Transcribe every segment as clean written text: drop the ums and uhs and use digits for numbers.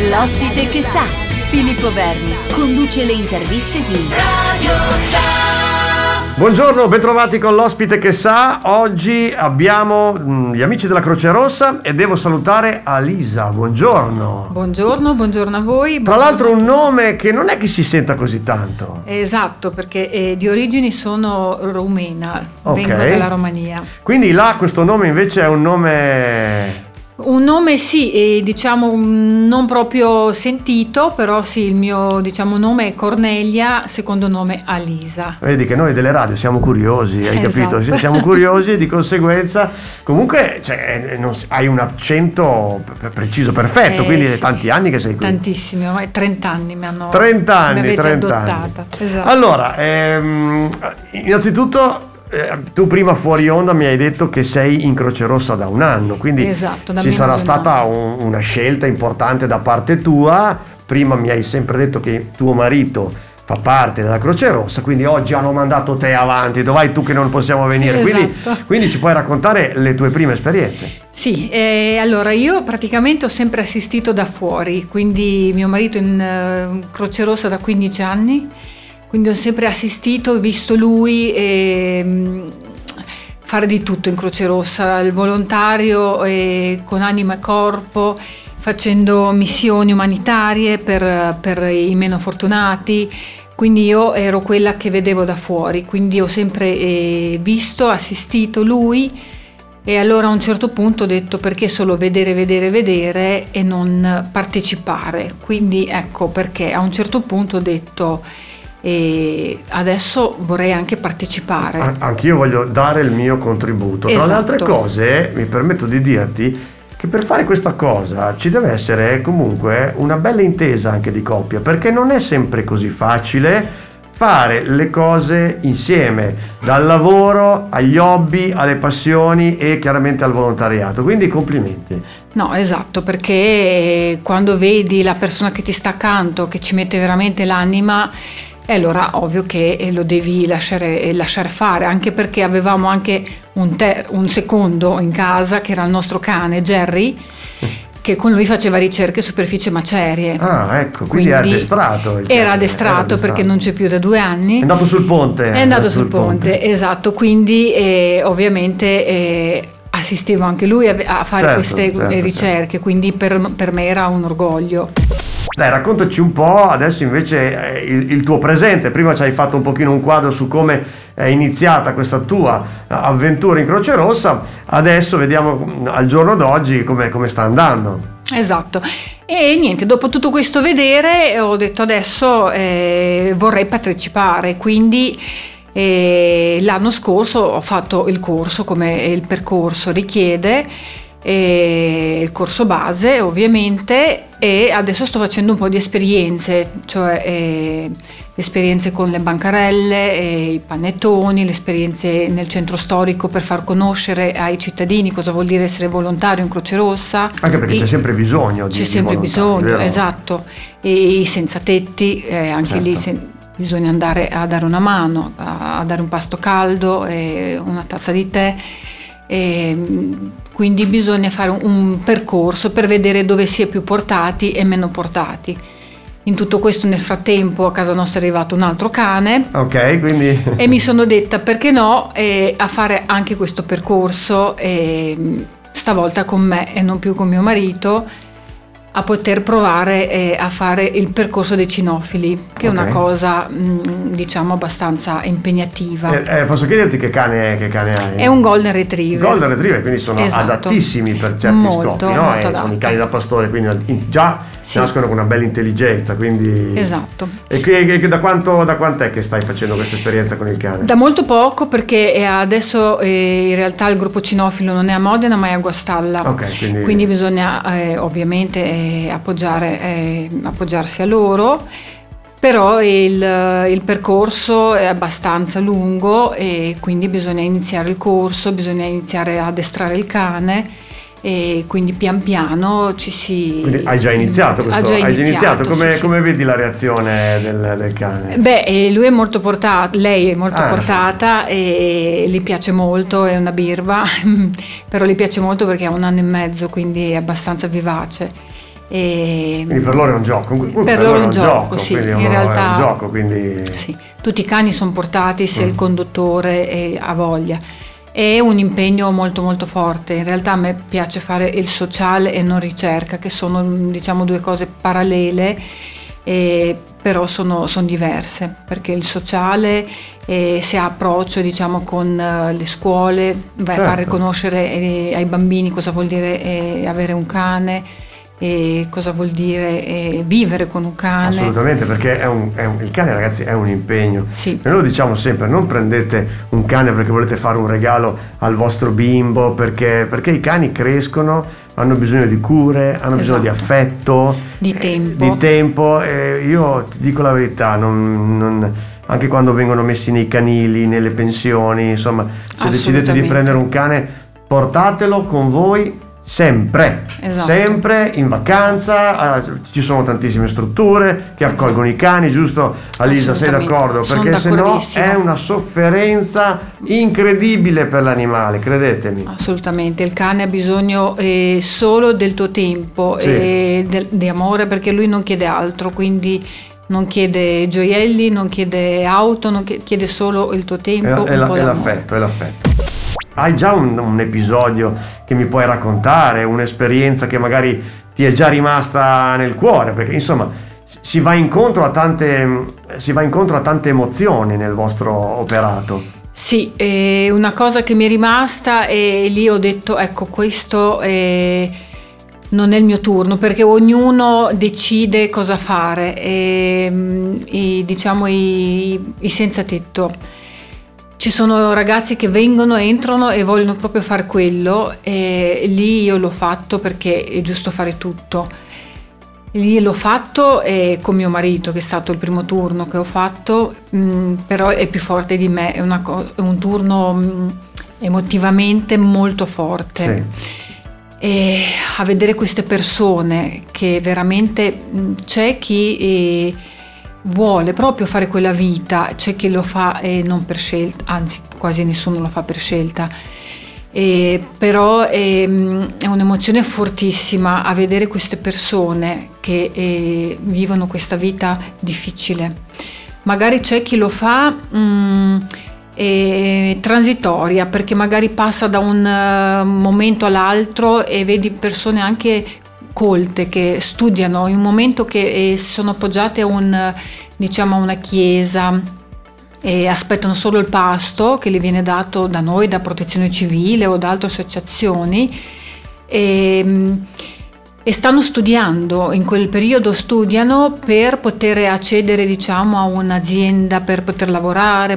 L'ospite che sa. Filippo Verni conduce le interviste di Radio Star. Buongiorno, bentrovati con l'ospite che sa. Oggi abbiamo gli amici della Croce Rossa e devo salutare Alisa. Buongiorno. Buongiorno a voi. Tra l'altro un nome che non è che si senta così tanto. Esatto, perché di origini sono rumena, Okay. vengo dalla Romania. Quindi là questo nome invece è un nome... Un nome sì, diciamo non proprio sentito, però sì, il mio nome è Cornelia, secondo nome Alisa. Vedi che noi delle radio siamo curiosi, hai Esatto. capito? Siamo curiosi e di conseguenza comunque hai un accento preciso, perfetto, quindi è Sì, tanti anni che sei qui. Tantissimi, ormai 30 anni mi 30 anni, mi avete 30 adottata. anni. Esatto. Allora, innanzitutto tu prima fuori onda mi hai detto che sei in Croce Rossa da un anno, quindi Esatto, da ci meno sarà di un stata una scelta importante da parte tua. Prima mi hai sempre detto che tuo marito fa parte della Croce Rossa, quindi oggi hanno mandato te avanti, dov'hai tu che non possiamo venire? Esatto. Quindi ci puoi raccontare le tue prime esperienze? Sì, allora io praticamente ho sempre assistito da fuori, quindi mio marito in Croce Rossa da 15 anni, quindi ho sempre assistito, visto lui fare di tutto in Croce Rossa, il volontario con anima e corpo, facendo missioni umanitarie per i meno fortunati. Quindi io ero quella che vedevo da fuori, quindi ho sempre visto, assistito lui, e allora a un certo punto ho detto: perché solo vedere e non partecipare? Quindi ecco perché a un certo punto ho detto adesso vorrei anche partecipare. Anch'io voglio dare il mio contributo. Tra le altre Esatto. cose mi permetto di dirti che per fare questa cosa ci deve essere comunque una bella intesa anche di coppia, perché non è sempre così facile fare le cose insieme, dal lavoro agli hobby, alle passioni e chiaramente al volontariato, quindi complimenti. No, esatto, perché quando vedi la persona che ti sta accanto, che ci mette veramente l'anima, allora ovvio che lo devi lasciare fare, anche perché avevamo anche un secondo in casa, che era il nostro cane Jerry, che con lui faceva ricerche superficie macerie. Ah, ecco, quindi è addestrato. Era addestrato perché non c'è più da 2 anni. È andato sul ponte. È andato sul ponte, esatto, quindi ovviamente assistevo anche lui a fare Certo, queste certo. ricerche, quindi per me era un orgoglio. Dai, raccontaci un po' adesso invece il tuo presente. Prima ci hai fatto un pochino un quadro su come è iniziata questa tua avventura in Croce Rossa, adesso vediamo al giorno d'oggi come sta andando. Esatto, e niente, dopo tutto questo vedere ho detto adesso vorrei partecipare, quindi l'anno scorso ho fatto il corso come il percorso richiede, il corso base ovviamente, e adesso sto facendo un po' di esperienze, cioè esperienze con le bancarelle, i panettoni, le esperienze nel centro storico per far conoscere ai cittadini cosa vuol dire essere volontario in Croce Rossa. Anche perché c'è sempre bisogno di C'è sempre volontari, bisogno, vero? esatto, e i senza tetti, anche Certo. lì bisogna andare a dare una mano, a dare un pasto caldo e una tazza di tè. Quindi bisogna fare un percorso per vedere dove si è più portati e meno portati. In tutto questo, nel frattempo, a casa nostra è arrivato un altro cane. Ok, quindi... E mi sono detta perché no a fare anche questo percorso, stavolta con me e non più con mio marito, a poter provare a fare il percorso dei cinofili, che è una Ok. cosa diciamo abbastanza impegnativa. Posso chiederti che cane hai? È un Golden Retriever. Golden Retriever, quindi sono Esatto. adattissimi per certi Molto, scopi, no? molto Sono i adatti. cani da pastore, quindi già Sì. nascono con una bella intelligenza, quindi... Esatto. E da quant'è che stai facendo questa esperienza con il cane? Da molto poco, perché adesso in realtà il gruppo cinofilo non è a Modena ma è a Guastalla. Ok, Quindi bisogna ovviamente appoggiarsi a loro, però il percorso è abbastanza lungo e quindi bisogna iniziare il corso, bisogna iniziare a addestrare il cane e quindi pian piano ci si... Quindi hai già iniziato questo? Hai già iniziato, Come, sì, sì. come vedi la reazione del cane? Beh, lui è molto portato, lei è molto Ah, portata e gli piace molto, è una birba, però gli piace molto perché ha 1 anno e mezzo, quindi è abbastanza vivace. Quindi per loro è un gioco. Per loro è un gioco, sì. In realtà è un gioco, quindi... Sì, tutti i cani sono portati se il conduttore ha voglia. È un impegno molto molto forte. In realtà a me piace fare il sociale e non ricerca, che sono, diciamo, due cose parallele, però sono diverse, perché il sociale si ha approccio, diciamo, con le scuole, vai a far conoscere ai bambini cosa vuol dire avere un cane, e cosa vuol dire vivere con un cane. Assolutamente, perché il cane, ragazzi, è un impegno. Sì. Noi lo diciamo sempre: non prendete un cane perché volete fare un regalo al vostro bimbo, perché i cani crescono, hanno bisogno di cure, hanno bisogno di affetto, di tempo. Io ti dico la verità, anche quando vengono messi nei canili, nelle pensioni, insomma, se decidete di prendere un cane, portatelo con voi sempre, sempre in vacanza. Ci sono tantissime strutture che accolgono i cani, giusto Alisa? Sei d'accordo? Perché sennò è una sofferenza incredibile per l'animale, credetemi. Assolutamente, il cane ha bisogno solo del tuo tempo e di amore, perché lui non chiede altro, quindi non chiede gioielli, non chiede auto, chiede solo il tuo tempo e l'affetto. Hai già un episodio che mi puoi raccontare, un'esperienza che magari ti è già rimasta nel cuore? Perché insomma si va incontro a tante emozioni nel vostro operato. Sì, una cosa che mi è rimasta, e lì ho detto, ecco, questo non è il mio turno, perché ognuno decide cosa fare, diciamo i senza tetto. Ci sono ragazzi che entrano e vogliono proprio fare quello, e lì io l'ho fatto perché è giusto fare tutto. Lì l'ho fatto con mio marito, che è stato il primo turno che ho fatto, però è più forte di me, è un turno emotivamente molto forte. Sì. E a vedere queste persone che veramente c'è chi vuole proprio fare quella vita, c'è chi lo fa non per scelta, anzi quasi nessuno lo fa per scelta, però è un'emozione fortissima a vedere queste persone che vivono questa vita difficile. Magari c'è chi lo fa transitoria, perché magari passa da un momento all'altro e vedi persone anche colte che studiano in un momento che sono appoggiate a una chiesa e aspettano solo il pasto che gli viene dato da noi, da Protezione Civile o da altre associazioni, e stanno studiando, in quel periodo studiano per poter accedere, diciamo, a un'azienda, per poter lavorare,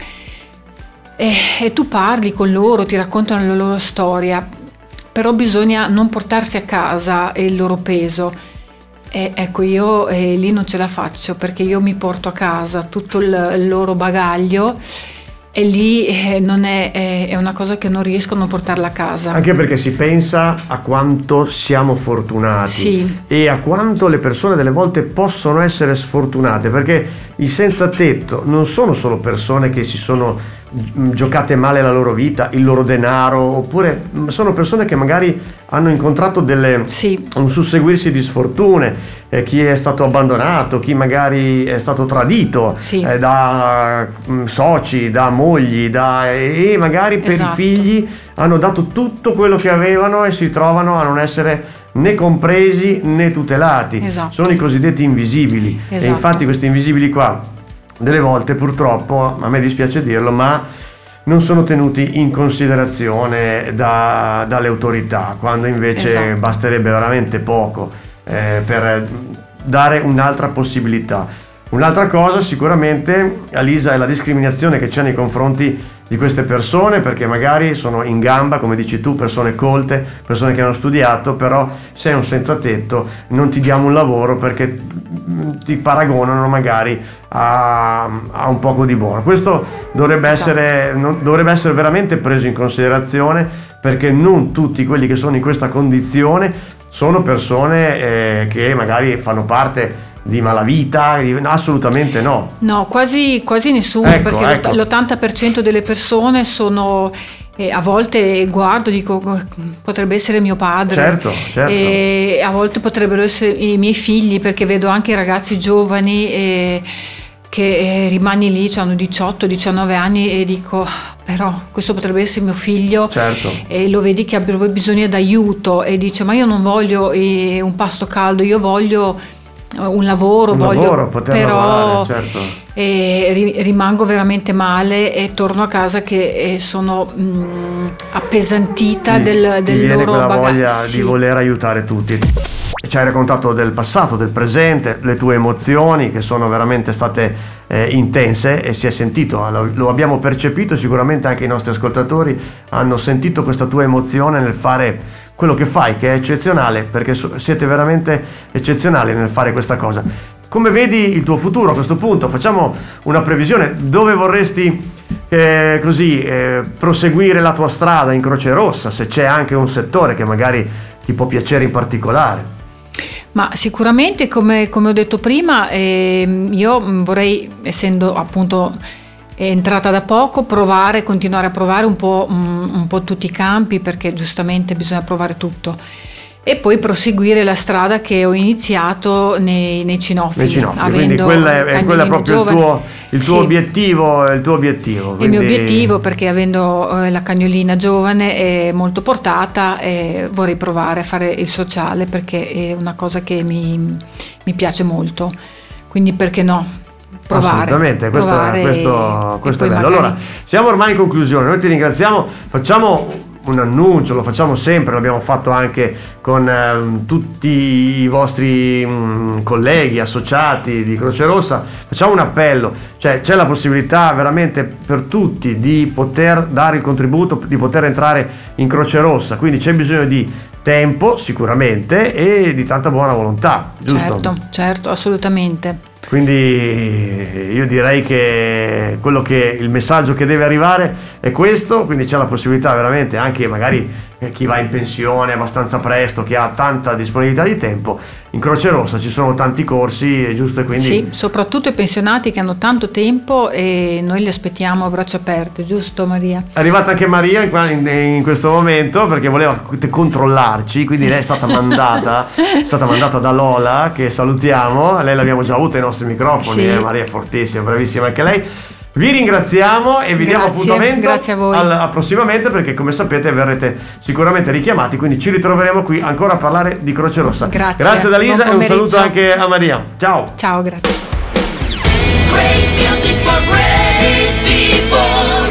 e tu parli con loro, ti raccontano la loro storia. Però bisogna non portarsi a casa il loro peso. Ecco, io lì non ce la faccio, perché io mi porto a casa tutto il loro bagaglio, e lì non è una cosa che non riesco a non portarla a casa. Anche perché si pensa a quanto siamo fortunati, sì, e a quanto le persone delle volte possono essere sfortunate, perché i senza tetto non sono solo persone che si sono giocate male la loro vita, il loro denaro, oppure sono persone che magari hanno incontrato un susseguirsi di sfortune, chi è stato abbandonato, chi magari è stato tradito, sì, da soci, da mogli, e magari per i figli hanno dato tutto quello che avevano e si trovano a non essere né compresi né tutelati. Sono i cosiddetti invisibili. E infatti questi invisibili qua delle volte, purtroppo, a me dispiace dirlo, ma non sono tenuti in considerazione dalle autorità, quando invece basterebbe veramente poco per dare un'altra possibilità. Un'altra cosa sicuramente, Alisa, è la discriminazione che c'è nei confronti di queste persone, perché magari sono in gamba, come dici tu, persone colte, persone che hanno studiato, però sei un senza tetto, non ti diamo un lavoro perché ti paragonano magari a un poco di buono. Questo dovrebbe essere veramente preso in considerazione, perché non tutti quelli che sono in questa condizione sono persone che magari fanno parte di malavita, assolutamente no. No, quasi nessuno, perché l'80% delle persone sono E a volte guardo, dico potrebbe essere mio padre, certo. E a volte potrebbero essere i miei figli, perché vedo anche i ragazzi giovani che rimani lì, hanno 18-19 anni e dico però questo potrebbe essere mio figlio, certo. E lo vedi che ha bisogno d'aiuto e dice ma io non voglio un pasto caldo, io voglio un lavoro, poter però lavorare, certo. Rimango veramente male e torno a casa che sono appesantita del loro quella voglia bagaglio, di voler aiutare tutti. Ci hai raccontato del passato, del presente, le tue emozioni che sono veramente state intense e si è sentito, lo abbiamo percepito, sicuramente anche i nostri ascoltatori hanno sentito questa tua emozione nel fare quello che fai, che è eccezionale, perché siete veramente eccezionali nel fare questa cosa. Come vedi il tuo futuro a questo punto? Facciamo una previsione, dove vorresti proseguire la tua strada in Croce Rossa, se c'è anche un settore che magari ti può piacere in particolare. Ma sicuramente, come ho detto prima, io vorrei, essendo appunto entrata da poco, continuare a provare un po' tutti i campi, perché giustamente bisogna provare tutto, e poi proseguire la strada che ho iniziato nei cinofili, quindi quella è proprio il tuo obiettivo. Il mio obiettivo, perché avendo la cagnolina giovane e molto portata, vorrei provare a fare il sociale, perché è una cosa che mi piace molto, quindi perché no? Assolutamente, questo è bello. Allora, siamo ormai in conclusione, noi ti ringraziamo, facciamo un annuncio, lo facciamo sempre, l'abbiamo fatto anche con tutti i vostri colleghi, associati di Croce Rossa, facciamo un appello, cioè c'è la possibilità veramente per tutti di poter dare il contributo, di poter entrare in Croce Rossa, quindi c'è bisogno di tempo sicuramente e di tanta buona volontà, giusto? Certo, assolutamente. Quindi io direi che il messaggio che deve arrivare è questo, quindi c'è la possibilità veramente, anche magari chi va in pensione abbastanza presto, che ha tanta disponibilità di tempo, in Croce Rossa ci sono tanti corsi, è giusto, e quindi sì, soprattutto i pensionati che hanno tanto tempo, e noi li aspettiamo a braccia aperte, giusto Maria? È arrivata anche Maria in questo momento, perché voleva controllarci, quindi lei è stata mandata da Lola, che salutiamo, lei l'abbiamo già avuta ai nostri microfoni, sì. Maria è fortissima, bravissima anche lei. Vi ringraziamo e vi diamo appuntamento prossimamente, perché come sapete verrete sicuramente richiamati, quindi ci ritroveremo qui ancora a parlare di Croce Rossa. Grazie da Lisa, e un saluto anche a Maria. Ciao, grazie. Great music for great people.